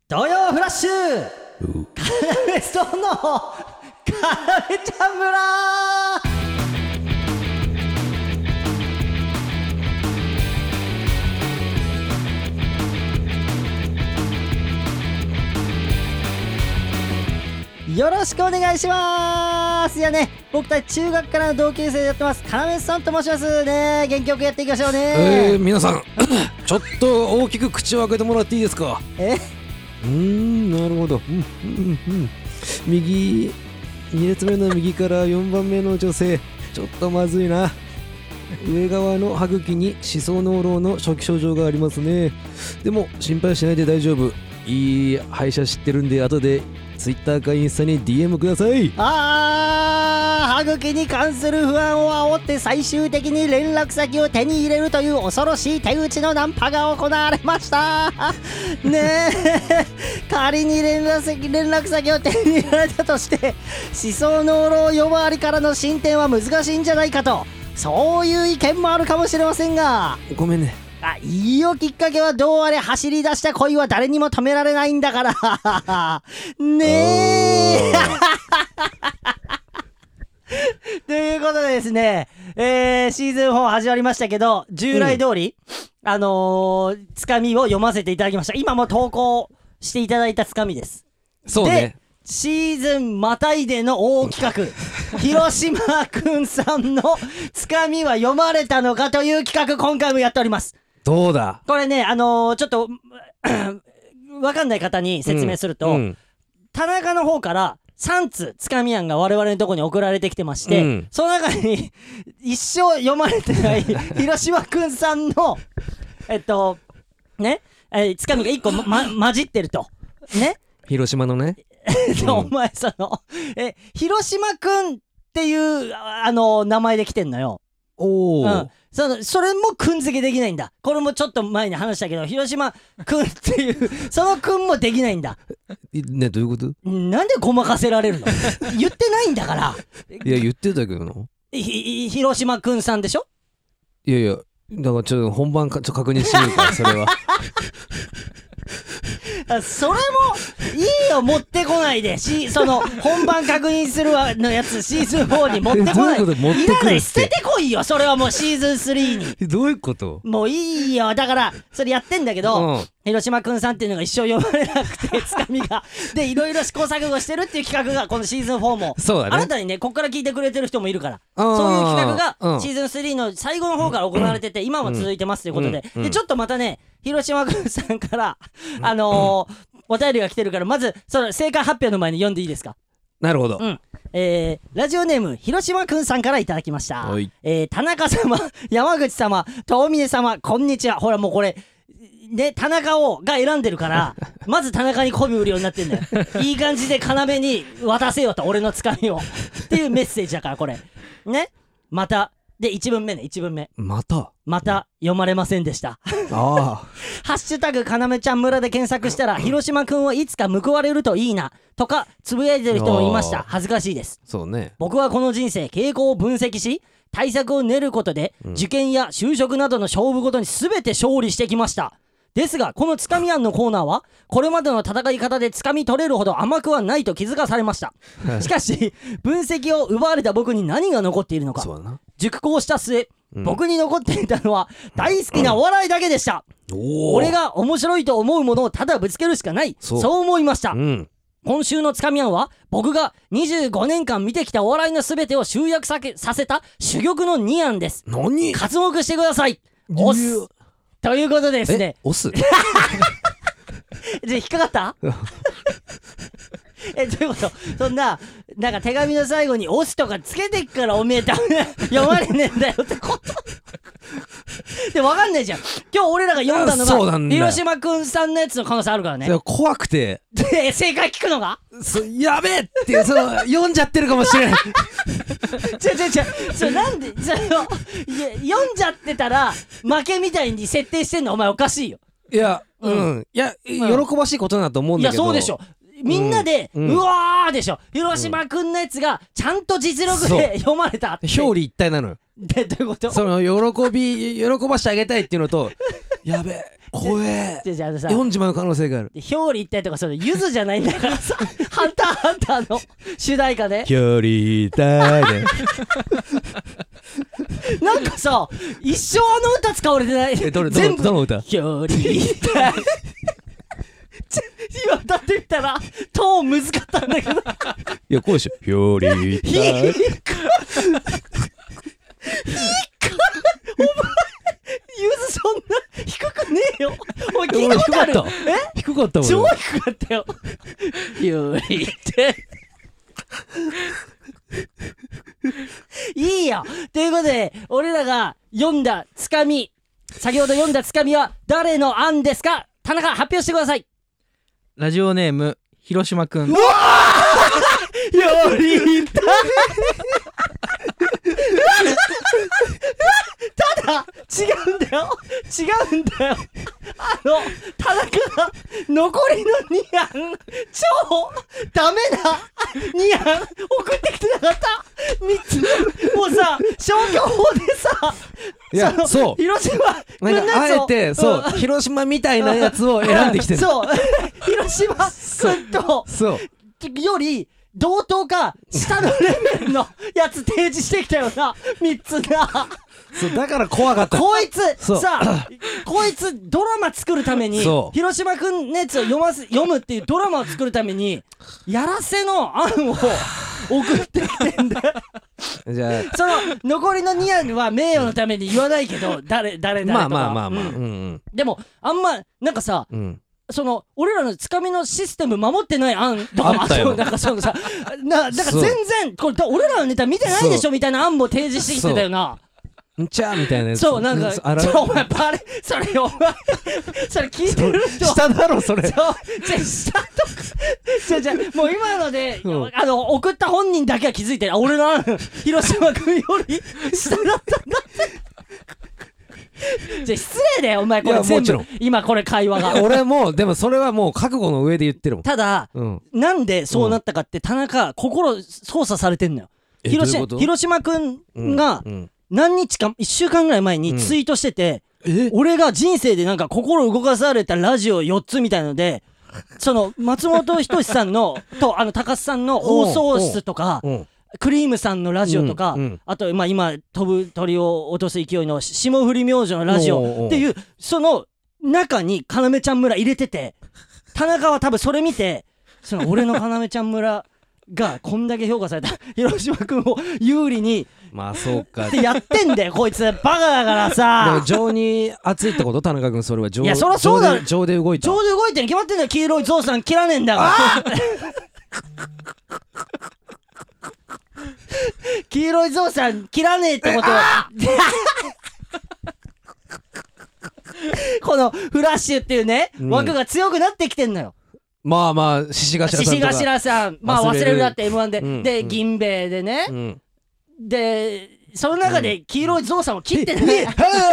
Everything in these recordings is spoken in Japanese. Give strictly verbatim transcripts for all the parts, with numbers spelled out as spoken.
土曜フラッシュカナメストーンのカナメちゃん村。よろしくお願いします。いやね、僕たち中学からの同級生でやってますカナメスさんと申しますね。元気よくやっていきましょうね。 えー、皆さんちょっと大きく口を開けてもらっていいですか。 えうーん、なるほど、うんうんうん、右に列目の右からよんばんめの女性、ちょっとまずいな。上側の歯茎に歯槽膿漏の初期症状がありますね。でも心配しないで大丈夫。いい歯医者知ってるんで、後でツイッターかインスタに ディーエム ください。 あー、歯茎に関する不安を煽って最終的に連絡先を手に入れるという恐ろしい手口のナンパが行われましたねえ仮に連絡先、連絡先を手に入れられたとして歯槽膿漏呼ばわりからの進展は難しいんじゃないかと、そういう意見もあるかもしれませんが、 ごめんね。 あ、いいよ、きっかけはどうあれ走り出した恋は誰にも止められないんだからねえということでですね、えー、シーズンフォー始まりましたけど、従来通り、うん、あのー、つかみを読ませていただきました。今も投稿していただいたつかみです。 そうね。 で、シーズンまたいでの大企画広島くんさんのつかみは読まれたのかという企画、今回もやっております。 どうだこれね、あのー、ちょっとわかんない方に説明すると、うんうん、田中の方からさんつつかみ案が我々のところに送られてきてまして、うん、その中に一生読まれてない広島くんさんのえっとね、えー、つかみがいっこ、ま、混じってるとね、 広島のねお前そのえ広島くんっていうあの名前で来てんのよ。 おお、うん、 そのそれもくん付けできないんだ。これもちょっと前に話したけど、広島くんっていうそのくんもできないんだ。 ね、どういうこと？ なんでごまかせられるの言ってないんだから。 いや言ってたけどな。 ひ広島くんさんでしょ。 いやいや、だからちょっと本番かちょっと確認してみるからそれはそれもいいよ、持ってこないでし、その本番確認するわのやつシーズンフォーに持ってこない。 どういうこと？持ってくるって、いらない、 捨ててこいよ。それはもうシーズンスリーに。 どういうこと？ もういいよ。だからそれやってんだけど、うん、広島くんさんっていうのが一生読まれなくてつかみがでいろいろ試行錯誤してるっていう企画がこのシーズンフォーも、そうだね、新たにね、こっから聞いてくれてる人もいるから、そういう企画がシーズンスリーの最後の方から行われてて、今も続いてますということで、うんうん、でちょっとまたね、広島くんさんからあのーお便りが来てるから、まずその正解発表の前に読んでいいですか。 なるほど、 うん、えー、ラジオネーム広島くんさんからいただきました、えー、田中様、山口様、遠峰様、こんにちは。ほらもうこれね、田中をが選んでるからまず田中に媚び売るようになってんだよいい感じで要に渡せよと、俺のつかみをっていうメッセージだからこれね。またでいちぶんめね、いちぶんめまたまた読まれませんでしたあハッシュタグかなめちゃん村で検索したら広島くんはいつか報われるといいなとかつぶやいてる人もいました。恥ずかしいです。 そうね。 僕はこの人生傾向を分析し対策を練ることで、うん、受験や就職などの勝負ごとに全て勝利してきました。ですがこのつかみ案のコーナーはこれまでの戦い方でつかみ取れるほど甘くはないと気づかされましたしかし分析を奪われた僕に何が残っているのか。 そうだな。 熟考した末、うん、僕に残っていたのは大好きなお笑いだけでした、うん、俺が面白いと思うものをただぶつけるしかない、そう、そう思いました、うん、今週のつかみ案は僕がにじゅうごねんかん見てきたお笑いのすべてを集約さけさせた珠玉のに案です。 何？ 活目してください。おっすということですね。 押すじゃあ引っかかったえ、どういうこと？そんななんか手紙の最後に押すとかつけてっからおめえダメ読まれねえんだよってことで分かんないじゃん。今日俺らが読んだのが広島くんさんのやつの可能性あるからね。 怖くてで正解聞くのがやべえっていう、その読んじゃってるかもしれないちょちょちょそれなんでそのいや読んじゃってたら負けみたいに設定してんのお前おかしいよ。 いや、うん、うん、いや、うん、喜ばしいことだと思うんだけど。 いやそうでしょ。みんなで、うん、うわーでしょ。広島くんのやつがちゃんと実力で読まれたって表裏一体なのよ。 でどういうこと？ その喜び喜ばしてあげたいっていうのとやべえ怖えじゃあさよんじまう可能性がある。 表裏一体とかそのゆずじゃないんだからさハンターハンターの主題歌で表裏一体でなんかさ一生あの歌使われてない。 えどれ全部どの歌？ 表裏一体今歌ってみたらトーン難かったんだけどいやこうでしょ表裏一体ひっかお前ゆずそんな低くねえよ。おい聞いたことある？え低かったもん。 超低かったよ。ゆりっていいよ。ということで俺らが読んだつかみ、先ほど読んだつかみは誰の案ですか？田中発表してください。 ラジオネーム広島くん。 うわーよりたただ違うんだよ違うんだよ。あの田中が残りのに案超ダメなに案送ってきてなかったみっつもうさ消去法でさいやそそう広島君なんかあえてそう、うん、広島みたいなやつを選んできてるそう広島君とそうより同等か下のレベルのやつ提示してきたよなみっつがそうだから怖かった。 こいつさあこいつドラマ作るために広島くんのやつを読ます読むっていうドラマを作るためにやらせの案を送ってきてんだよじゃあその残りのに案は名誉のために言わないけど誰誰誰とかまあまあまあまあ、 うんうんうん、 でもあんまなんかさ、うんその俺らのつかみのシステム守ってない案とかもあったよ。なんかそのさななんか全然これ俺らのネタ見てないでしょみたいな案も提示してきてたよな。 んちゃーみたいなやつ。 そうなんかちょお前バレそれお前それ聞いてる人下だろそれ。 ちょじゃ下とかじゃじゃもう今ので、うん、あの送った本人だけは気づいてる。俺の案広島君より下だったんだってじゃ失礼だよお前これ全部今これ会話が俺もでもそれはもう覚悟の上で言ってるもん。 ただ、うん、なんでそうなったかって田中心操作されてんのよ。広島くんが何日かいっしゅうかんぐらい前にツイートしてて、うん、俺が人生でなんか心動かされたラジオよっつみたいのでその松本人志さんのとあの高須さんの放送室とかクリームさんのラジオとか、うんうん、あと、まあ、今飛ぶ鳥を落とす勢いの霜降り明星のラジオっていうその中に要ちゃん村入れてて田中は多分それ見てその俺の要ちゃん村がこんだけ評価された広島君を有利にまあそうかってやってんだよこいつバカだからさ。 でも情に熱いってこと田中君それは情。 いやそりゃそうだ情で動いた情で動いてるに決まってんだよ。黄色いゾウさん切らねえんだから黄色いゾウさん切らねえってことこのフラッシュっていうね、うん、枠が強くなってきてんのよ。 まあまあ獅子頭さんとか獅子頭さんまあ忘れるだって エムワン で、うん、で、うん、銀兵衛でね、うん、でその中で黄色いゾウさんを切ってない、うん、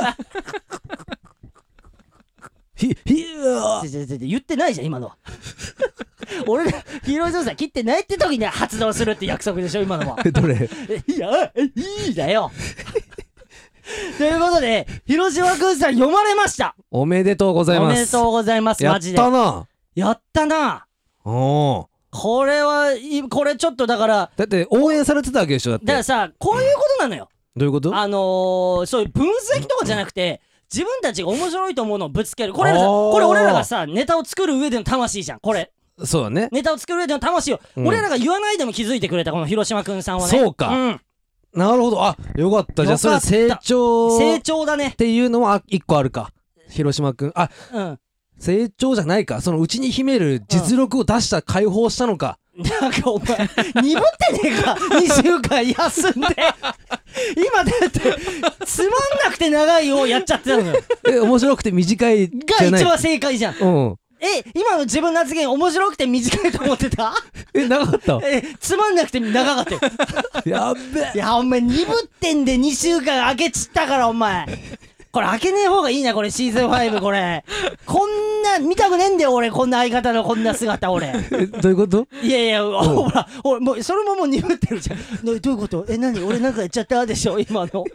ひひ言ってないじゃん今のは俺が黄色いゾウさん切ってないって時に発動するって約束でしょ今のはどれいやいいだよということで広島くんさん読まれました。 おめでとうございます。 おめでとうございます。マジでやったなやったな。おこれはこれちょっとだからだって応援されてたわけでしょ。だってだからさこういうことなのよ。 どういうこと？ あのー、そういう分析とかじゃなくて自分たちが面白いと思うのをぶつける。これさこれ俺らがさネタを作る上での魂じゃんこれ。 そうだね。 ネタを作る上での魂を、うん、俺らが言わないでも気づいてくれたこの広島くんさんはね。 そうか、うん、なるほど。あよかった。じゃあそれ成長成長だねっていうのは一個あるか広島くん。あ、うん、成長じゃないか。そのうちに秘める実力を出した解放したのか、 うん、なんかお前鈍ってねえかにしゅうかん休んで今だってつまんなくて長いをやっちゃってたのよえ面白くて短いじゃないが一番正解じゃん、 うんえ今の自分の発言面白くて短いと思ってたえ長かったえつまんなくて長かったよやっべ。 いやお前鈍ってんでにしゅうかん空けちったからお前これ開けねえ方がいいなこれシーズンファイブこれこんな見たくねえんだよ俺こんな相方のこんな姿俺えどういうこと？ いやいやほらほらもうそれももう鈍ってるじゃんどういうこと？え何俺なんかやっちゃったでしょ今の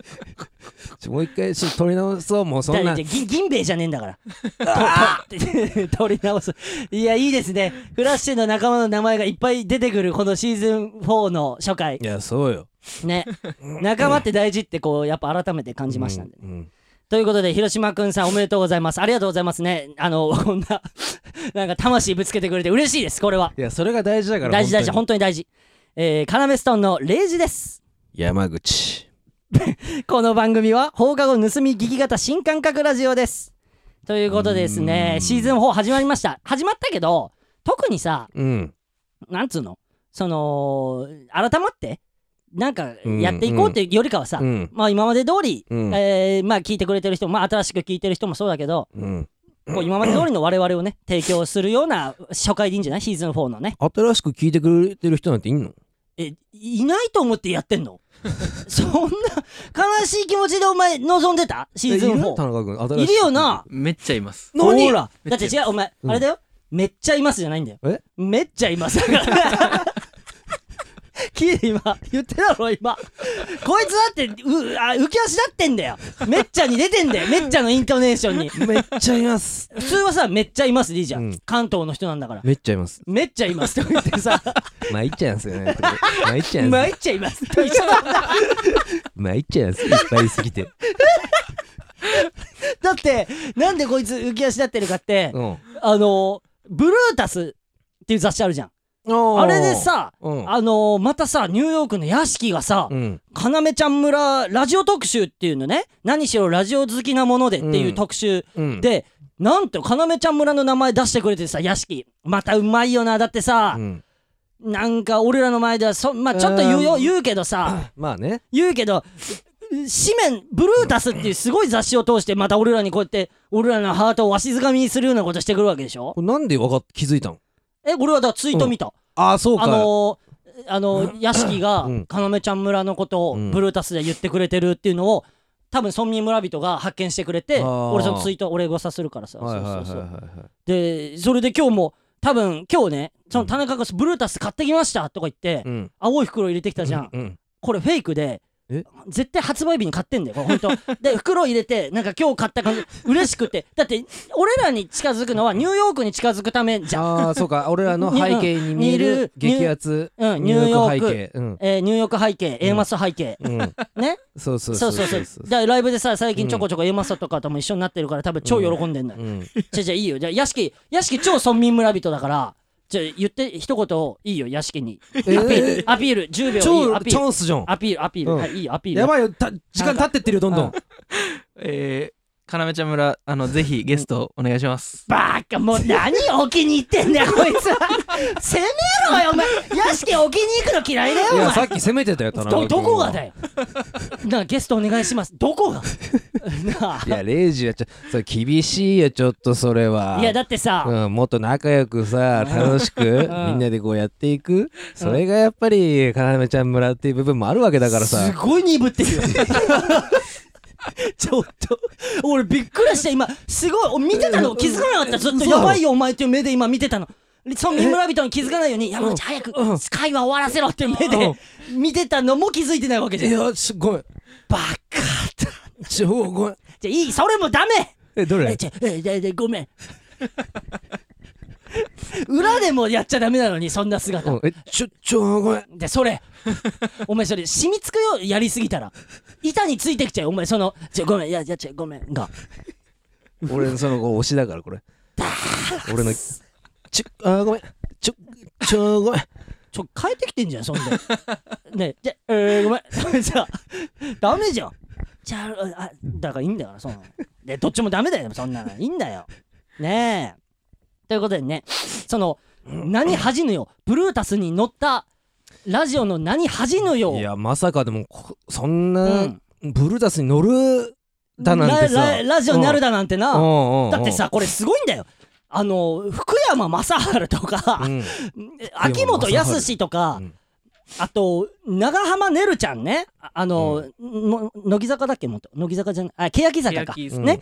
ちょもう一回ちょっと取り直そう。もうそんな銀銀兵衛じゃねえんだから取り直す。いやいいですね。フラッシュの仲間の名前がいっぱい出てくるこのシーズンフォーの初回。 いやそうよね。仲間って大事ってこうやっぱ改めて感じましたんで、ね、うんうん、ということで広島くんさんおめでとうございます。ありがとうございますね。あのこんななんか魂ぶつけてくれて嬉しいです。これはいやそれが大事だから。 大事大事本当に大事。えー、カナメストーンのレイジです。 山口この番組は放課後盗み聞き型新感覚ラジオです。ということでですね、シーズンフォー始まりました。始まったけど特にさ、うん、なんつうのその改まってなんかやっていこうっていうよりかはさ、うん、まあ今まで通り、うん、えー、まあ聞いてくれてる人も、まあ新しく聞いてる人もそうだけど、うん、こう今まで通りの我々をね提供するような初回でいいんじゃない？シーズンフォーのね。 新しく聞いてくれてる人なんていんの？ え、いないと思ってやってんの？そんな悲しい気持ちでお前望んでた？シーズンフォー。 田中君新しい。 いるよな。 めっちゃいます。 ほらだって違うお前、うん、あれだよ。めっちゃいますじゃないんだよ。え？めっちゃいますだから聞いて今言ってたろ今こいつだってうあ浮き足立ってんだよ。めっちゃに出てんだよ。めっちゃのイントネーションにめっちゃいます。 普通はさめっちゃいますでいいじゃん、うん、関東の人なんだから。 めっちゃいますめっちゃいますと言ってさまあいっちゃいますよね。まあいっちゃいますまあいっちゃいますと一緒なんだまあいっちゃいますいっぱいすぎてだってなんでこいつ浮き足立ってるかって、うん、あのブルータスっていう雑誌あるじゃん。あれでさ、うん、あのー、またさニューヨークの屋敷がさ、うん、かなめちゃん村ラジオ特集っていうのね、何しろラジオ好きなものでっていう特集、うん、でなんとかなめちゃん村の名前出してくれてさ、屋敷またうまいよな。だってさ、うん、なんか俺らの前ではそ、まあ、ちょっと言うよ、言うけどさまあね言うけど紙面ブルータスっていうすごい雑誌を通してまた俺らにこうやって俺らのハートをわしづかみにするようなことしてくるわけでしょ。 なんでわかっ気づいたの？ え俺はだからツイート見た、うん、ああそうか。 あのー、あのー、屋敷がかなめちゃん村のことをブルータスで言ってくれてるっていうのを多分村民村人が発見してくれて、俺そのツイート俺噂するからさ、そうそうそう。でそれで今日も多分今日ねその田中がブルータス買ってきましたとか言って、うん、青い袋入れてきたじゃん、うんうん、これフェイクでえ絶対発売日に買ってんだよこれほんとで袋入れてなんか今日買った感じ嬉しくて、だって俺らに近づくのはニューヨークに近づくためじゃん。 ああそうか俺らの背景に見える激アツニューヨーク背景、うんえー、ニューヨーク背景 A マス背景、うん、ねそうそうそうそうそうそう。 でライブでさ最近ちょこちょこ A マスとかとも一緒になってるから多分超喜んでんだよ、うんうん、じゃじゃいいよ。じゃあ屋敷屋敷超村民村人だからじゃあ言って一言いいよ屋敷に、えー、アピールアピールじゅうびょういいよアピールチャンスじゃん。 アピールアピール、うん、はいいいよアピール。 やばいよた時間経ってってるよどんどんえー、かなめちゃん村あのぜひゲストお願いします。 バカもう何置きに行ってんだよこいつ攻めろよお前。屋敷置きに行くの嫌いだよお前。 いやさっき攻めてたよ田中君。 どどこがだよなゲストお願いしますどこがいやレイジはちょそれ厳しいよちょっとそれは。 いやだってさ、 うん、もっと仲良くさ楽しくみんなでこうやっていく、それがやっぱりかなめちゃん村っていう部分もあるわけだからさ。 すごい鈍ってるよちょっと俺びっくりした今すごい見てたの気づかなかった。ずっとやばいよお前っていう目で今見てたの。村民村人に気づかないように山口早く会話終わらせろっていう目で見てたのも気づいてないわけじゃん。 いやすごいバカだちょごめんじゃいいそれもダメ。 えどれえちょえででごめん裏でもやっちゃダメなのにそんな姿。 えちょちょごめんでそれお前それ染みつくよやりすぎたら板についてきちゃうお前そのちょごめんいやいやちょごめんが俺のその推しだからこれ俺のちょあごめんちょちょごめんちょ変えてきてんじゃんそんでねじゃえー、ごめんじゃあダメじゃんじゃああだからいいんだからそのでどっちもダメだよそんなのいいんだよねえ。ということでねその何恥じぬよブルータスに乗ったラジオの何恥じぬよ。 いやまさかでもそんな、うん、ブルータスに乗るだなんてさラ, ラ, ラジオになるだなんてな、うん、だってさこれすごいんだよ。あの福山雅治とか、うん、秋元康とか、うん、あと長浜ねるちゃんねあの、うん、の乃木坂だっけもっと乃木坂じゃないあ欅坂かね、うんうんうん、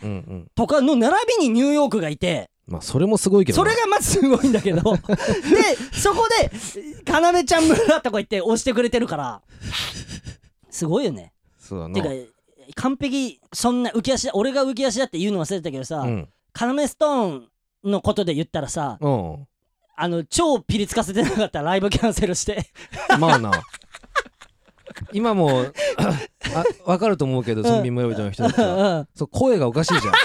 とかの並びにニューヨークがいてまあそれもすごいけどそれがまずすごいんだけどでそこでかなめちゃん村とか言って押してくれてるからすごいよね。 そうだな。 てか完璧そんな浮き足だ俺が浮き足だって言うの忘れてたけどさ、うん、カナメストーンのことで言ったらさ、うん、あの超ピリつかせてなかったらライブキャンセルしてまあな今もあ分かると思うけど、ゾンビ村人の人たちは、うん、そう声がおかしいじゃん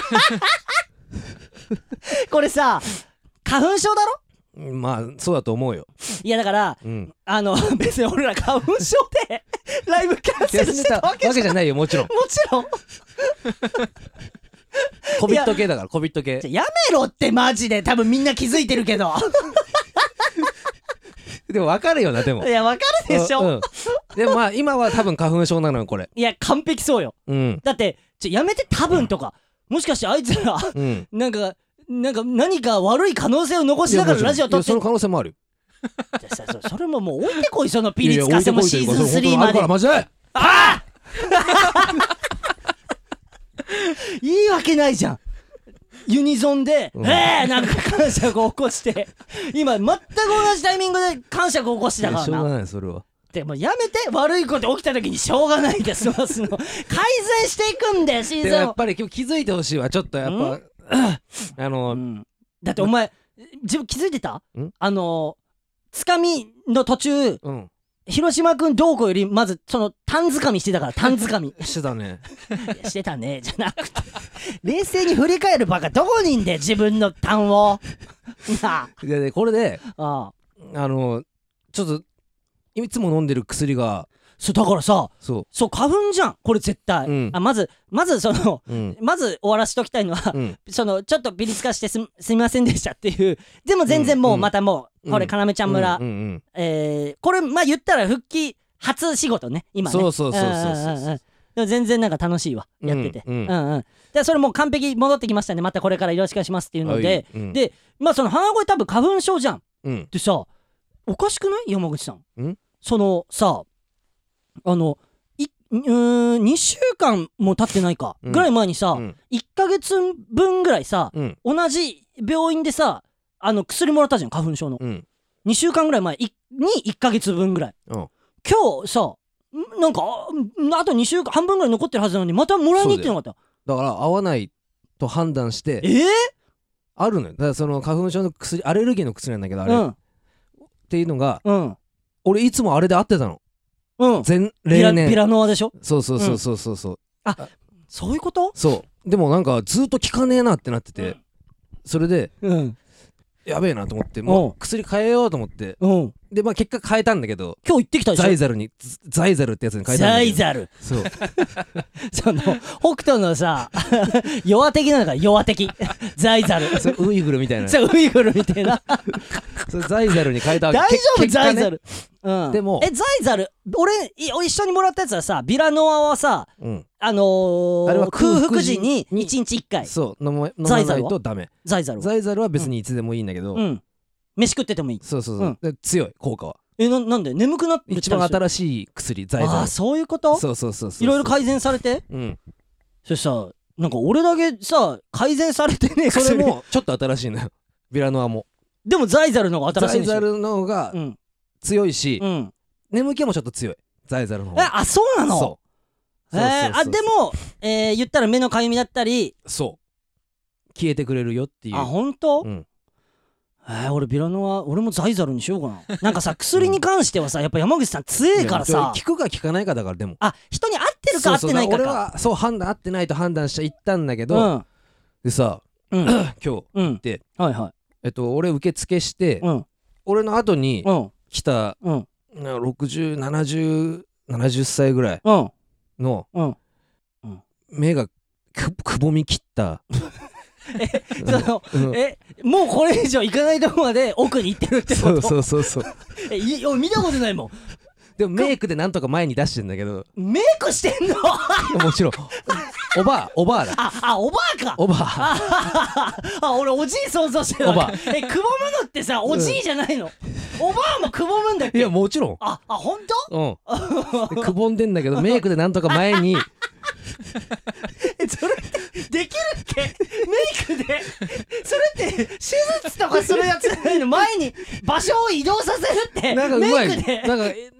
これさ花粉症だろ。 まあそうだと思うよ。 いやだから、うん、あの別に俺ら花粉症でライブキャンセルしてたわけじゃないよ。もちろんもちろんコビット系だから、コビット系。 やめろってマジで。多分みんな気づいてるけどでも分かるよな。でもいや分かるでしょ、うん、 でもまあ今は多分花粉症なのよこれ。 いや完璧そうよ、うん、だってちょやめて多分とか、もしかしてあいつら、うん、なんかなんか何か悪い可能性を残しながらラジオ撮って。 その可能性もあるよさ そ, それももう置いてこい、そのピリつかせもシーズンスリーまで。 マジであいいわけないじゃん。ユニゾンで、うん、えーなんか感触を起こして今全く同じタイミングで感触を起こしてたからな。 しょうがないそれは。 でもやめて、悪いこと起きた時にしょうがないで済ますの改善していくんだよシーズン。 でもやっぱり今日気づいてほしいわ。ちょっとやっぱあの、うん、 だってお前自分気づいてた？あのつかみの途中、うん、広島くんどうこうよりまずその単つかみしてたから。単つかみしてたねいやしてたねじゃなくて冷静に振り返るバカどこにいんだよ自分の単をなあ。 でこれでああのちょっといつも飲んでる薬が、 そうだからさ、そうそう花粉じゃんこれ絶対、うん、あまずまずその、うん、まず終わらしときたいのは、うん、そのちょっとピリつかして す, すみませんでしたっていう。でも全然もうまたもう、うん、これかなめちゃん村、うんうんうん、えー、これまあ言ったら復帰初仕事ね今ね。 そうそうそうそうそうそう。 でも全然なんか楽しいわやってて、うんうんうんうん、でそれもう完璧戻ってきましたね。またこれからよろしくお願いしますっていうので、うん、でまあその鼻声多分花粉症じゃん、うん、でさおかしくない山口さん、んそのさあのいうーんにしゅうかんも経ってないか、うん、ぐらい前にさ、うん、いっかげつぶんぐらいさ、うん、同じ病院でさあの薬もらったじゃん花粉症の、うん、にしゅうかんぐらい前にいっかげつぶんぐらい、うん、今日さなんかあとにしゅうかん半分ぐらい残ってるはずなのにまたもらいに行ってなかった。 だから合わないと判断してえー、 あるのよ。だからその花粉症の薬アレルギーの薬なんだけどあれ、うん、っていうのが、うん、俺いつもあれで合ってたの。うん、前例年ビラノアでしょ。 そうそうそうそうそうそう、うん、 あそういうこと。 そうでもなんかずっと効かねえなってなってて、うん、それで、うん、やべえなと思ってもう薬変えようと思って、うん、でまあ結果変えたんだけど今日行ってきたでしょ。 ザイザルにザイザルってやつに変えたんだけど。ザイザルそうその北斗のさ弱敵なのか弱敵ザイザルそれウイグルみたいなそうウイグルみたいなそれザイザルに変えたわけ。 大丈夫、ね、ザイザル、うん、 でもえザイザル俺一緒にもらったやつはさビラノアはさ、うん、あのー、あれは空腹時にいちにちいっかいそう飲まないとダメ。 ザイザルはザイザルは別にいつでもいいんだけど、うん、 飯食っててもいい。 そうそうそう、うん、強い効果は。 え な, なんで眠くなってる。 一番新しい薬ザイザル。 ああそういうこと。 そうそうそうそう。 いろいろ改善されて、うん、そしたらなんか俺だけさ改善されてねえ。 それもちょっと新しいのよビラノアも。 でもザイザルの方が新しいんでしょ。 ザイザルの方が強いし、うん、眠気もちょっと強いザイザルの方が。 えあそうなの。そうそうそうそう。 えー、あでも、えー、言ったら目のかゆみだったりそう消えてくれるよっていう。 あ本当、うん、えー、俺ビラノア俺もザイザルにしようかななんかさ薬に関してはさやっぱ山口さん強いからさ効くか効かないかだから。でもあ人に合ってるか合ってないかか。 俺はそう判断合ってないと判断しちゃいったんだけど、うん、でさ、うん、今日行って、うん、はいはいえっと俺受付して、うん、俺の後に来た、うん、ろくじゅう、ななじゅう、ななじゅっさいぐらいの、うんうん、目がく, くぼみ切ったえ, その、うん、えもうこれ以上行かないとこまで奥に行ってるってこと。 そうそうそうそうえい見たことないもん。 でもメイクでなんとか前に出してんだけど。 メイクしてんのもちろんおばあおばあだ。 ああおばあか。 おばああ俺おじい想像してた。おばあえくぼむのってさおじいじゃないの、うん、おばあもくぼむんだっけ。 いやもちろん。 ああほんと。 うんくぼんでんだけどメイクでなんとか前にえそれってできるっけメイクで。それって手術とかするやつじゃないの。前に場所を移動させるってなんかうまいメイクでなんか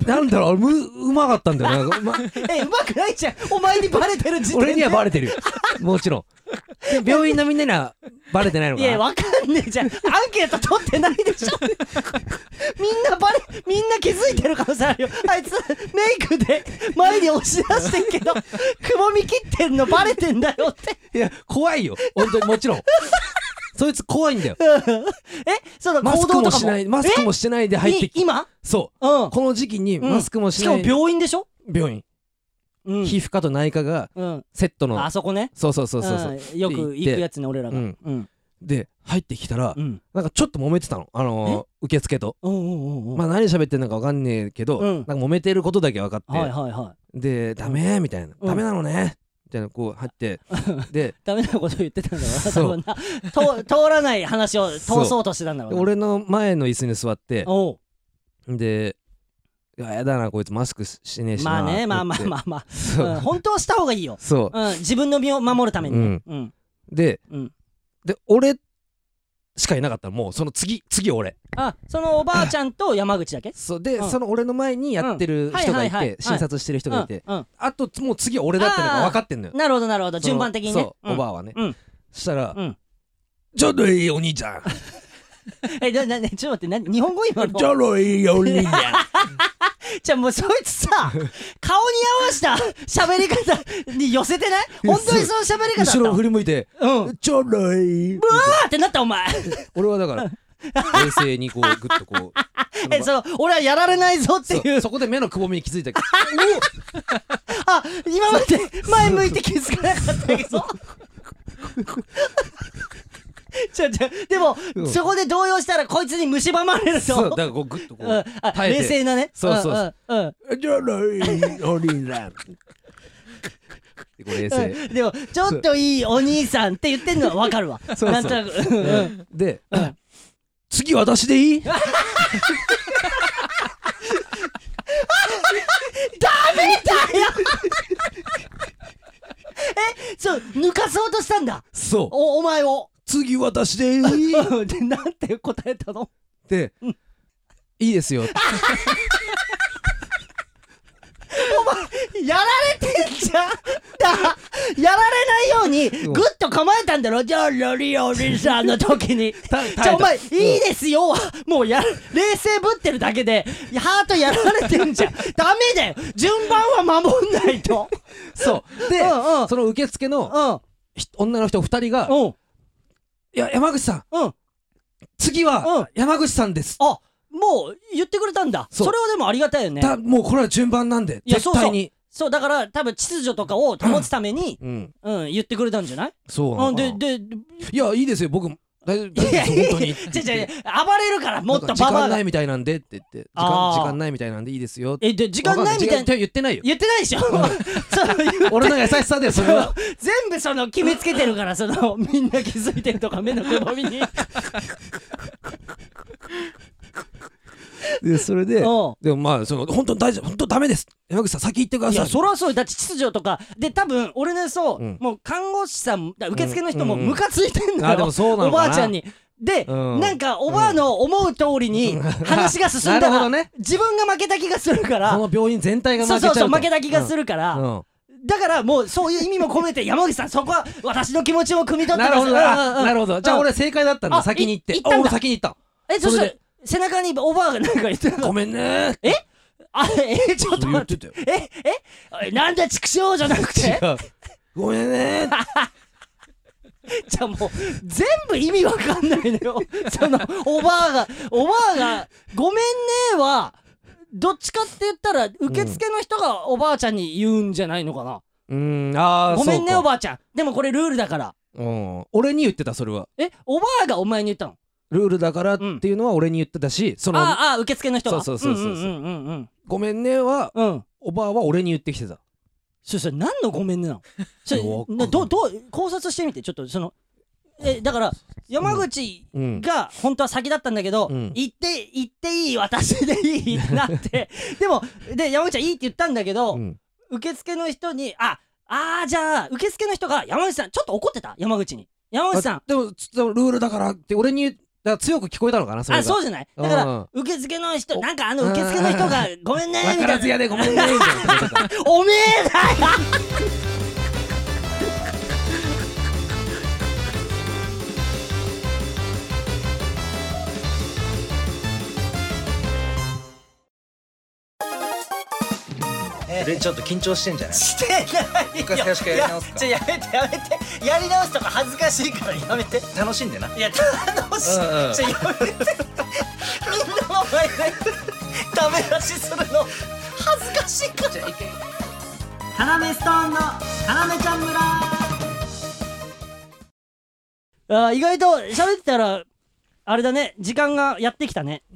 なんだろう、むうまかったんだよな、ま、 えうまくないじゃん、お前にバレてる時点で。 俺にはバレてるよもちろん。で病院のみんなにはバレてないのかな。 いやわかんねえじゃん、アンケート取ってないでしょみんなバレみんな気づいてる可能性あるよ。あいつメイクで前に押し出してんけどくぼみ切ってんのバレてんだよって。 いや怖いよ本当に、もちろんそいつ怖いんだよえそのマスク行動とかももしないマスクもしてないで入ってきて、 今そう、 うん、 この時期にマスクもしない、 しかも病院でしょ。 病院、 うん、 皮膚科と内科がセットの、 あそこね、 そうそうそうそうそう、 うん、よく行くやつね俺らが、 うんうん、 で入ってきたら、 うん、 なんかちょっと揉めてたの、あのー、受付と、 うんうんうんうん、 まあ何喋ってんのか分かんねえけど、 うん、 なんか揉めてることだけ分かって、 はいはいはい、 でダメみたいな、 うん、 ダメなのねみたいなこう入ってでダメなこと言ってたんだろうな多分な通らない話を通そうとしてたんだろうな。 俺の前の椅子に座って、 おうでいややだなこいつマスクしねえしな、 まあねまあまあまあまあ、うん、本当はした方がいいよ。 そう、 うん、自分の身を守るためにね、 うんうん、 で、 うん、 で俺しかいなかったの、もうその次次俺、 あそのおばあちゃんと山口だけそうで、 うん、 その俺の前にやってる人がいて、診察してる人がいて、 うんうん、 あともう次俺だってのが分かってんのよ。 なるほどなるほど、順番的にね。 そう、うん、おばあはね、 うん、 そしたら、 うん、 ちょっといいお兄ちゃんえななちょっと待って、日本語今のちょっといいお兄ちゃんじゃあもうそいつさ顔に合わせた喋り方に寄せてない？本当にその喋り方だった後ろ振り向いて、 うん、 ちょっといいブワーってなったお前俺はだから冷静にこうグッとこうえそう俺はやられないぞっていうそ, そこで目のくぼみに気づいたけどあ今まで前向いて気づかなかったけどちょちょでも、うん、そこで動揺したらこいつに蝕まれると。 そうだからこうグッとこう、うん、 あ冷静なね。 そうそうそう、 うんうんうん、 じゃないお兄さん冷静、 うん、でもちょっといいお兄さんって言ってんのはわかるわそうそうなんとなく、うん、 で、うん、次私でいいダメだよえそう抜かそうとしたんだ。 そうお, お前を次私でいいでなんて答えたので、うん、いいですよお前やられてんじゃんだやられないようにグッと構えたんだろ。じゃあロリオリさんの時にじゃあお前いいですよ、うん、もうや冷静ぶってるだけでハートやられてんじゃんダメだよ、順番は守んないとそうで、うんうん、その受付の、うん、女の人ふたりが、うん、いや山口さん、うん、次は山口さんです、 あもう言ってくれたんだ。 そ, それはでもありがたいよね。 だもうこれは順番なんで絶対に。 そうだから多分秩序とかを保つために、うんうん、言ってくれたんじゃない？ そうなのかな。 ででいやいいですよ僕大丈夫です本当にちょちょ暴れるからもっとババ時間ないみたいなんでって言って時間時間ないみたいなんでいいですよって。 えで時間ないみたいな言ってないよ。 言ってないでしょ俺の優しさでそれは全部その決めつけてるからそのみんな気づいてるとか目のくぼみにでそれででもまあその本当に大丈夫本当ダメです山口さん先行ってください。いやそりゃそうだって秩序とかで多分俺ねそう、うん、もう看護師さん受付の人もムカついてんのよ、うんうん、あでもそうなのかなおばあちゃんにで、うん、なんかおばあの思う通りに話が進んだら、うんね、自分が負けた気がするからこの病院全体が負けちゃうとそうそうそう負けた気がするから、うんうんだからもうそういう意味も込めて山口さんそこは私の気持ちを汲み取ってください。 なるほどじゃあ俺正解だったんだ先に行って行ったんだ先に行ったえそしたら背中におばあがなんか言ってたごめんねえあえちょっと待ってええなんだ畜生じゃなくてごめんねじゃあもう全部意味わかんないのよそのおばあがおばあがごめんねはどっちかって言ったら受付の人がおばあちゃんに言うんじゃないのかな。 うーんあーごめんねおばあちゃんでもこれルールだからうん俺に言ってたそれはえおばあがお前に言ったのルールだからっていうのは俺に言ってたし、うん、そのああ受付の人がそうそうそうそうごめんねは、うん、おばあは俺に言ってきてた。 それそれ何のごめんねなのそれどどう考察してみてちょっとそのえだから山口が本当は先だったんだけど、うん、行って行っていい私でいいってなってでもで山口はいいって言ったんだけど、うん、受付の人にああじゃあ受付の人が山口さんちょっと怒ってた山口に山口さんでもルールだからって俺にから強く聞こえたのかなそれが。 あ、そうじゃない。だから受付の人なんかあの受付の人がごめんねみたいな。わからずやでごめんねみたいな。おめえだよ。 でちょっと緊張してんじゃない？ してないよ。 一回最初からやり直すか？ ちょやめてやめて、やり直すとか恥ずかしいからやめて。 楽しんでな。 いや楽しい、うんうん、ちょやめて。みんなの前でダメ出しするの恥ずかしいから。じゃあ一回カナメストーンのカナメちゃん村。あ、意外と喋ってたらあれだね、時間がやってきたね。 うん。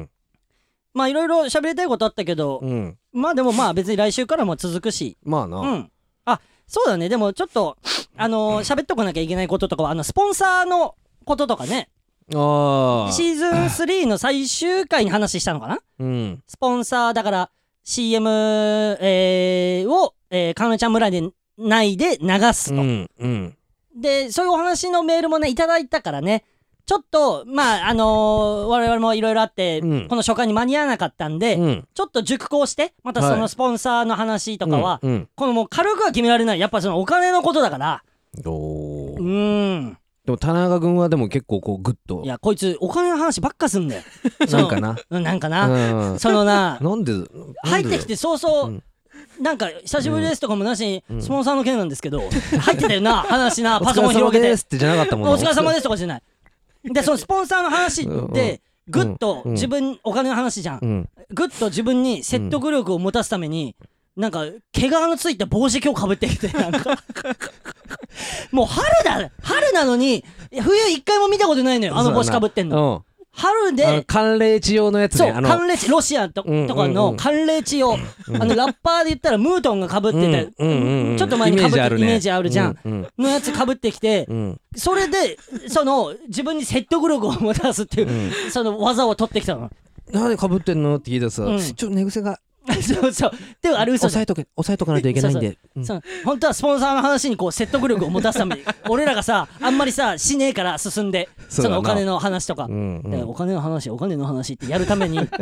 まあいろいろ喋りたいことあったけど、うん、まあでもまあ別に来週からも続くし、まあな、うん、あ、そうだね。でもちょっとあのー、喋っとかなきゃいけないこととかはあのスポンサーのこととかね。あシーズンスリーの最終回に話したのかな、うん、スポンサーだから シーエム、えー、を、えー、かなめちゃん村で内で流すと、うんうん、でそういうお話のメールもねいただいたからね、ちょっとまああのー、我々もいろいろあって、うん、この初回に間に合わなかったんで、うん、ちょっと熟考してまたそのスポンサーの話とかは、はいうんうん、このもう軽くは決められない。やっぱそのお金のことだから。おー、うーん。 でも田中君はでも結構こうグッと、 いやこいつお金の話ばっかすんだよ。 なんかな、 うん、なんかな、うん、そのななんで入ってきて早々、うん、なんか久しぶりですとかもなしに、うん、スポンサーの件なんですけど、うん、入ってたよな話な。パソコン広げてお疲れ様ですってじゃなかったもんな。 お疲れ様ですとかじゃない。でそのスポンサーの話でグッと自分、うん、お金の話じゃん、うん、グッと自分に説得力を持たすために、うん、なんか毛皮のついた帽子今日かぶってきて、なんかもう春だ春なのに冬一回も見たことないのよ、あの帽子かぶってんの。春で寒冷地用のやつね。 そう、寒冷地、ロシア と,、うんうんうん、とかの寒冷地用、うん、あのラッパーで言ったらムートンがかぶってて、うんうんうん、ちょっと前にかぶってるイメージあるじゃん、うんうん、のやつかぶってきて、うん、それでその自分に説得力を持たすっていう、うん、その技を取ってきたの。 なんでかぶってんのって聞いたらさ、うん、ちょっと寝癖がそうそう。でもあれ嘘じゃん。 押さえとけ、押さえとかないといけないんで。 そうそう、うん、そう本当はスポンサーの話にこう説得力を持たすために俺らがさあんまりさしねえから進んで、そのお金の話とか、うんうん、お金の話お金の話ってやるためにちょっ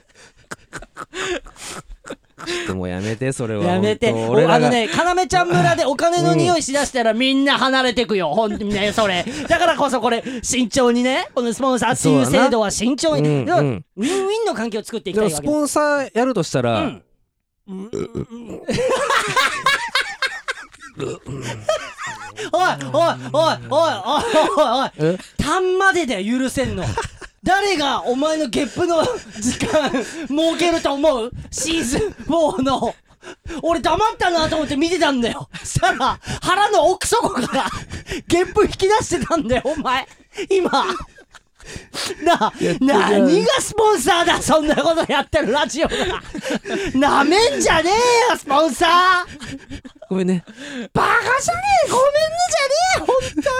ともうやめてそれは。 やめて。あのね、かなめちゃん村でお金の匂いしだしたらみんな離れてくよ、ほんとにね。それだからこそこれ慎重にね、このスポンサーっていう制度は慎重に、うんうん、ウィンウィンの関係を作っていきたいわけ。 スポンサーやるとしたら、うんうんおいおいおいおいおいおいおい、単までで許せんの。誰がお前のゲップの時間設けると思う？シーズンフォーの俺黙ったなと思って見てたんだよ。したら腹の奥底からゲップ引き出してたんだよお前今な。何がスポンサーだ、そんなことやってるラジオが。なめんじゃねえよスポンサー。 ごめんね、 バカじゃねえ、ごめんねじゃねえ、本当によ。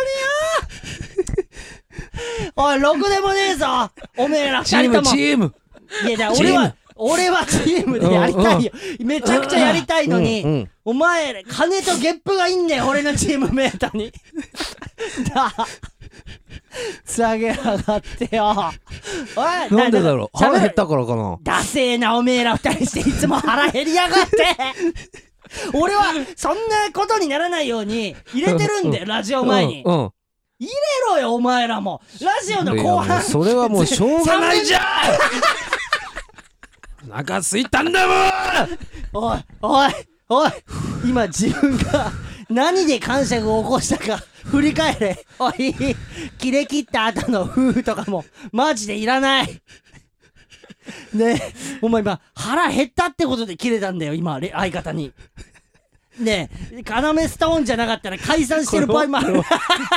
おい、ろくでもねえぞおめえらふたりとも。 チームいやだ、俺は俺はチームでやりたいよ、うん、めちゃくちゃやりたいのに、うんうん、お前金とゲップがいいんだよ俺のチームメイトに。だ下げやがってよ。 おい、なんでだろう、腹減ったからかな。 ダセえなおめえら二人していつも腹減りやがって。俺はそんなことにならないように入れてるんだよ、ラジオ前に、うんうん、入れろよお前らも。ラジオの後半それはもうしょうがないじゃん。お腹すいたんだもん。 おいおいおい、今自分が何で感触を起こしたか振り返れ。おい、切れ切った後の夫婦とかもマジでいらないねえ。お前今腹減ったってことで切れたんだよ今相方に。ねえ、カナメストーンじゃなかったら解散してる場合もある。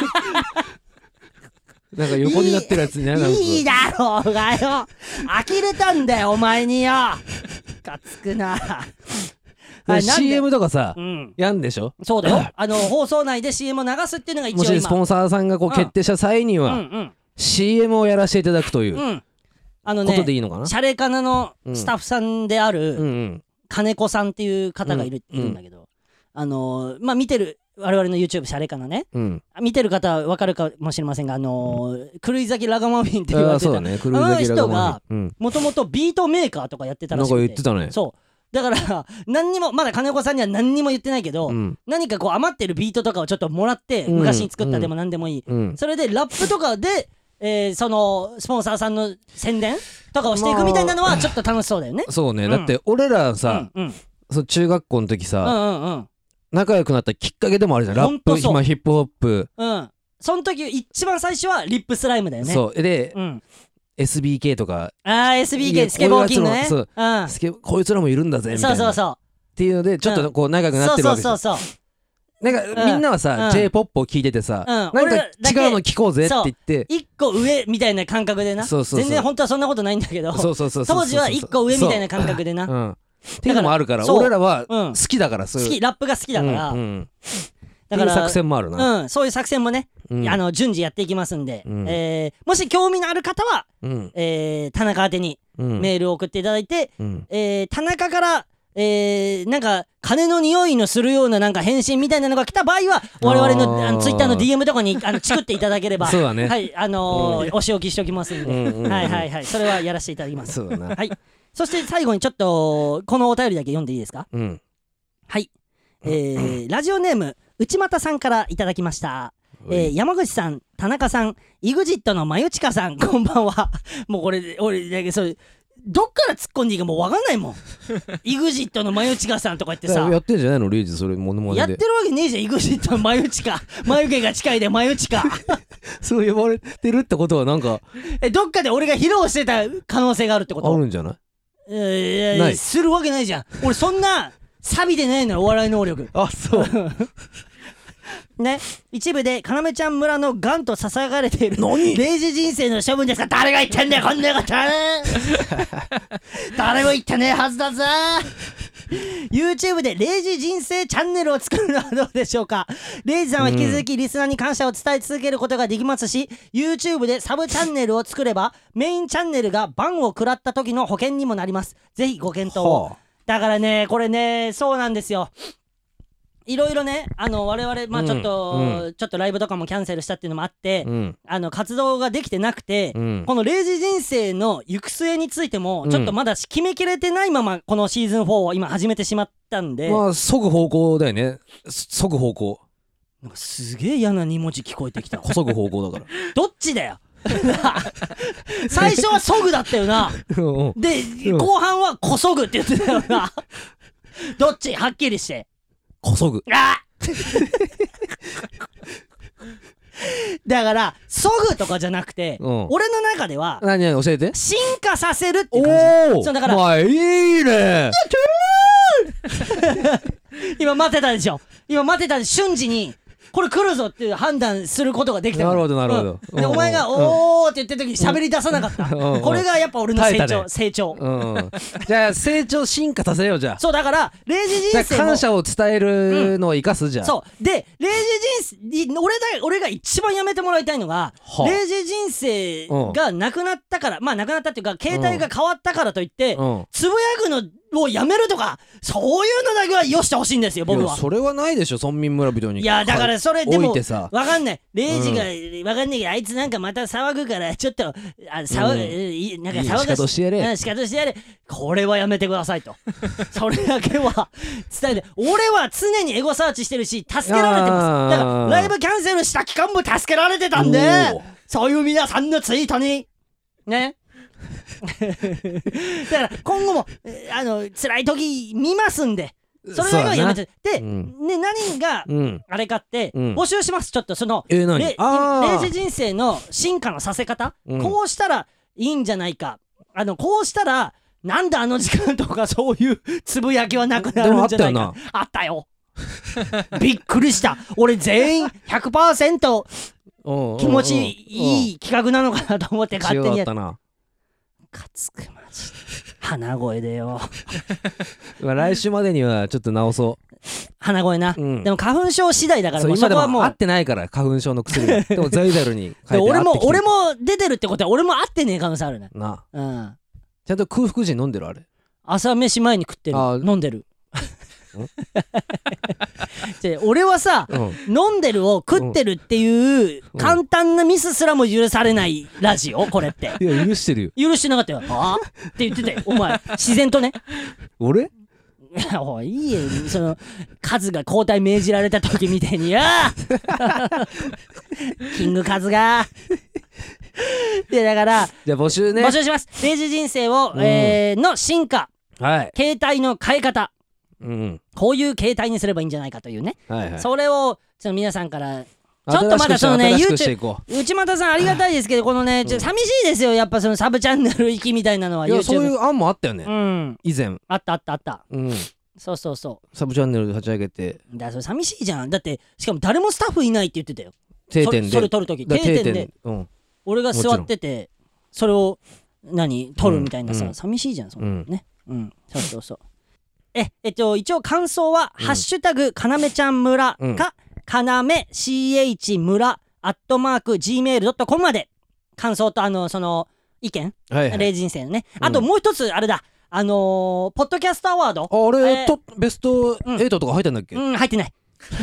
なんか横になってるやつね。 いいだろうがよ、呆れたんだよお前によ。かつくな。 シーエム とかさ、うん、やんでしょ。 そうだよ。あの放送内で シーエム を流すっていうのが一応今もしスポンサーさんがこう決定した際には、うんうん、シーエム をやらせていただくという、うん、あのね、ことでいいのかな。 シャレカナのスタッフさんである、うんうん、金子さんっていう方がいる、うん、いるんだけど、あのー、まあ見てる我々の YouTube シャレかなね、 うん、 見てる方は分かるかもしれませんが、あのー、狂い咲きラガマフィンって言われてた、 ね、 あの人がもともとビートメーカーとかやってたらしくて、 なんか言ってたね。 そうだから何にもまだ金子さんには何にも言ってないけど、うん、何かこう余ってるビートとかをちょっともらって、うん、昔に作ったでも何でもいい、うん、それでラップとかで、えー、そのスポンサーさんの宣伝とかをしていくみたいなのはちょっと楽しそうだよね、まあ、 そうね、うん、だって俺らさ、うんうん、そ中学校の時さ、うんうんうん、仲良くなったきっかけでもあるじゃん。ラップ、今ヒップホップ、うん、 その時一番最初はリップスライムだよね。 そうで、うん、エスビーケー とか、 あー エスビーケー スケボーキングね、そう、うん、 スケこいつらもいるんだぜみたいな、そうそうそうっていうのでちょっとこう仲良くなってるわけじゃん、うん、そうそうそうそう、なんかみんなはさ、うん、J-ポップ を聞いててさ、うん、なんか違うの聞こうぜって言って一個上みたいな感覚でな、そうそうそう、全然本当はそんなことないんだけど、そうそうそうそう、当時は一個上みたいな感覚でな、うん、 っていうのもあるから俺らは好きだから、そういう好き、ラップが好きだから、うんうん、 だから作戦もあるな、 うん、そういう作戦もね、うん、あの順次やっていきますんで、うん、えー、もし興味のある方は、うん、えー、田中宛てにメールを送っていただいて、うん、えー、田中からえー、なんか金の匂いのするようななんか返信みたいなのが来た場合は我々のあのツイッターの ディーエム とかにあのチクっていただければそうだね、 はい、あのーうん、お仕置きしておきますんで、うんうんうん、はいはいはい、それはやらせていただきます。 そうだな、 はい。そして最後にちょっとこのお便りだけ読んでいいですか。うん、はい、えーうん、ラジオネーム内股さんからいただきました。えー、山口さん、田中さん、イグジットのまゆちかさん、こんばんは。もうこれ俺だけそうどっから突っ込んでいいかもう分かんないもん。イグジットのまゆちかさんとか言ってさ、 やってんじゃないのレイジ、それモノマネでやってるわけねえじゃん。イグジットのまゆちか眉毛が近いでまゆちかそう呼ばれてるってことはなんかえどっかで俺が披露してた可能性があるってこと。 あるんじゃない。 えー、ないするわけないじゃん。俺そんな錆びてないのよお笑い能力。 あ、そうね、一部で要ちゃん村のガンとささやかれているレイジ人生の処分ですが、誰が言ってんだよこんなこと誰も言ってねえはずだぞYouTube でレイジ人生チャンネルを作るのはどうでしょうか。レイジさんは引き続きリスナーに感謝を伝え続けることができますし、 YouTube でサブチャンネルを作ればメインチャンネルがバンを食らった時の保険にもなります。ぜひご検討を。だからねこれねそうなんですよ。いろいろねあの我々まあちょっと、うん、ちょっとライブとかもキャンセルしたっていうのもあって、うん、あの活動ができてなくて、うん、このレイジ人生の行く末についてもちょっとまだ決めきれてないままこのシーズンフォーを今始めてしまったんで、 まあ即方向だよね。即方向なんかすげえ嫌なに文字聞こえてきた。 即方向だからどっちだよ最初はそぐだったよなで後半はこそぐって言ってたよなどっちはっきりしてこそぐ。 あだからそぐとかじゃなくて、うん、俺の中では何々教えて進化させるっていう感じ。そうだからまあいいね今待ってたでしょ。今待ってたで瞬時にこれ来るぞっていう判断することができた。 なるほどなるほど、 うん、でお前がおーって言ってる時に喋り出さなかった、うん、これがやっぱ俺の成長、ね、成長、うん、 じゃあ成長進化させよう。じゃあそうだからレイジ人生も感謝を伝えるのを生かす。じゃあ、うん、 そうでレイジ人生俺だ俺が一番やめてもらいたいのが、はあ、レイジ人生がなくなったから、うん、まあなくなったっていうか携帯が変わったからといって、うん、つぶやくのをやめるとかそういうのだけはよしてほしいんですよ僕は。 それはないでしょ村民村人に。 いやだからそれでもわかんない。レイジが、うん、わかんないけどあいつなんかまた騒ぐからちょっとあ騒、うん、なんか騒がし仕方してやれ、 うん、仕方してやれ。これはやめてくださいとそれだけは伝えて。俺は常にエゴサーチしてるし助けられてます。だからライブキャンセルした期間も助けられてたんでそういう皆さんのツイートにねだから今後もあの辛い時見ますんでそれだけはやめて。で、うん、ね、何があれかって、うん、募集します。ちょっとその、 えー、何レイジ人生の進化のさせ方、うん、こうしたらいいんじゃないか、あのこうしたらなんであの時間とかそういうつぶやきはなくなるんじゃないか。あったよびっくりした。俺全員 ひゃくパーセント 気持ちいい企画なのかなと思って勝手にやったな。かつくマジで鼻声でよ来週までにはちょっと直そう。 鼻声な、うん、でも花粉症次第だから。 そう今でも合ってないから花粉症の薬でもザイザルに書いて俺も俺も出てるってことは俺も合ってねえ可能性あるねな、 うん、ちゃんと空腹時に飲んでる。あれ朝飯前に食ってる。飲んでる俺はさ、うん、飲んでるを食ってるっていう簡単なミスすらも許されないラジオこれって。 いや許してるよ。 許してなかったよ。あって言ってたよお前自然とね。 俺おいいいよそのカズが交代命じられた時みたいによキングカズがでだからじゃあ募集ね募集します。レイジ人生を、うんえー、の進化、はい、携帯の変え方、うん、こういう携帯にすればいいんじゃないかというね、はいはい、それをその皆さんからちょっとまだそのね YouTube 内股さんありがたいですけどこのねちょ寂しいですよやっぱそのサブチャンネル行きみたいなのは。 いやそういう案もあったよね、 うん、 以前あったあったあった、 うん、 そうそうそうサブチャンネル立ち上げて。 だからそれ寂しいじゃん。だってしかも誰もスタッフいないって言ってたよ定点で。 それ、それ撮るとき定点で、うん、俺が座っててそれを何撮るみたいなさ、うん、寂しいじゃんそんなのね、うん、うん、そうそうそうええっと一応感想は、うん、ハッシュタグかなめちゃん村か、うん、かなめ シーエイチ 村アットマーク ジーメールドットコム まで感想とあのその意見、はいはい、レイジ人生のね、あともう一つあれだ、あのー、ポッドキャストアワード。 あれ、えー、とベストエイトとか入ってんだっけ？ うん、うん、入ってない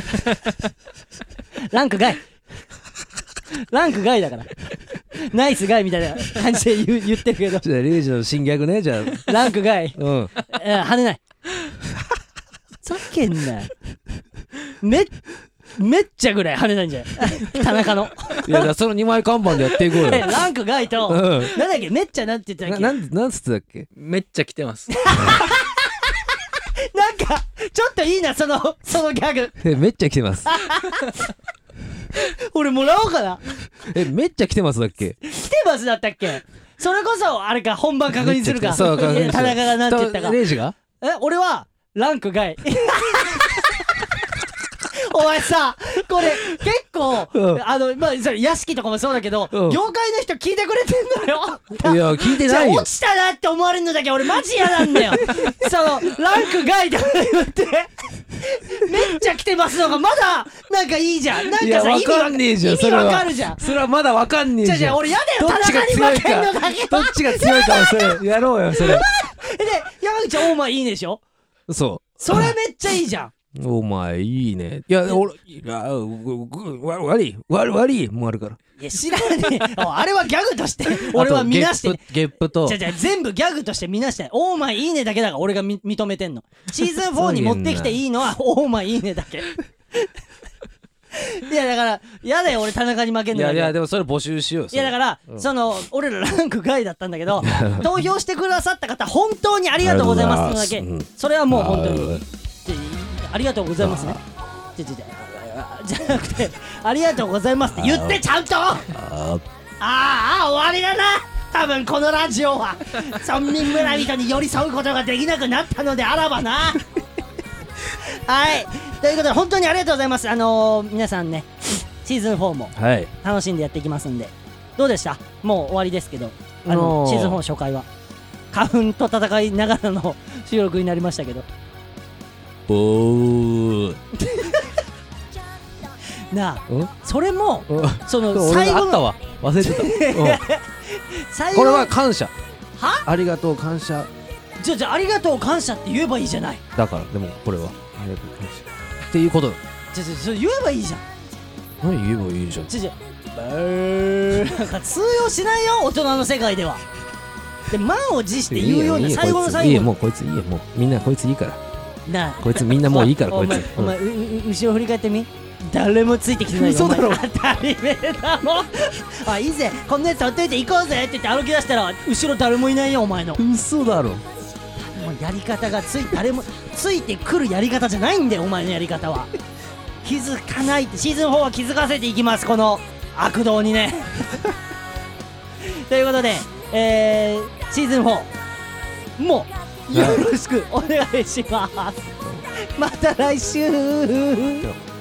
ランク外ランク外だからナイスガイみたいな感じで 言, 言ってるけど。 じゃあレイジの新ギャグね。じゃあランク外、 うん、 跳ねないふざけんなよ。めめっちゃぐらい跳ねないんじゃない田中の。 いやそのにまい看板でやっていこうよランク外と、うん、なんだっけめっちゃなんて言ってたっけ。 な, なんなんつってたっけ。 めっちゃ来てますなんかちょっといいなそのそのギャグめっちゃ来てます俺もらおうかな。 えめっちゃ来てますだっけ。 来てますだったっけ。それこそあれか本番確認するか。 そう確認する。 田中がなんて言ったか。 レイジがえ俺はランク外お前さこれ結構、うん、あのまあそれ屋敷とかもそうだけど、うん、業界の人聞いてくれてんのよ。 いや聞いてないよ。 落ちたなって思われるのだけ俺マジ嫌なんだよそのランク外だって言ってめっちゃ来てますのがまだなんかいいじゃん。なんかさいやわかんねえじゃん。 意味わかるじゃん。 それはまだわかんねえじゃん。 じゃあ俺やだよ田中に負けんのだけ。 どっちが強いかをそれやろうよそれで山口オーマイいいねでしょ。 そうそれめっちゃいいじゃん。 お前いいね。いや俺いや悪い悪い悪いもうあるから。 いや知らねえあれはギャグとして俺は見なして、ね、 ゲップとじゃじゃ全部ギャグとして見なして。オーマイいいねだけだから俺が認めてんの。シーズンフォーに持ってきていいのはオーマイいいねだけいやだからやだよ俺田中に負けんのだけ。 いやいやでもそれ募集しよう。 いやだから、うん、その俺らランク外だったんだけど投票してくださった方本当にありがとうございますのだけ、うん、それはもう本当にありがとうございますね。じゃじゃじゃじゃなくてありがとうございますって言ってちゃんと。あああ終わりだな多分このラジオは村民村人に寄り添うことができなくなったのであらばなはいということで本当にありがとうございます。あのー、皆さんねシーズンフォーも楽しんでやっていきますんで、はい、どうでした。もう終わりですけどあのシーズンフォー初回は花粉と戦いながらの収録になりましたけどおーなあそれもその最後のあったわ忘れてた最後これは感謝はありがとう感謝。 じゃじゃありがとう感謝って言えばいいじゃない。 だからでもこれはありがとう感謝っていうことだ。 じゃじゃそれ言えばいいじゃん。 何言えばいいじゃん。 じゃじゃなんか通用しないよ大人の世界では。で満を持して言うような最後の最後いいよもうこいついいよもうみんなこいついいからなあこいつみんなもういいからこいつお前、うん、お前うう後ろ振り返ってみ誰もついてきてないよ。 嘘だろ当たり前だろあいいぜこんなやつほっといて行こうぜって言って歩き出したら後ろ誰もいないよお前の。 嘘だろ。 もうやり方がつい誰もついてくるやり方じゃないんだよお前のやり方は気づかないってシーズンフォーは気づかせていきますこの悪道にねということで、えー、シーズンフォーもうよろしくお願いしますまた来週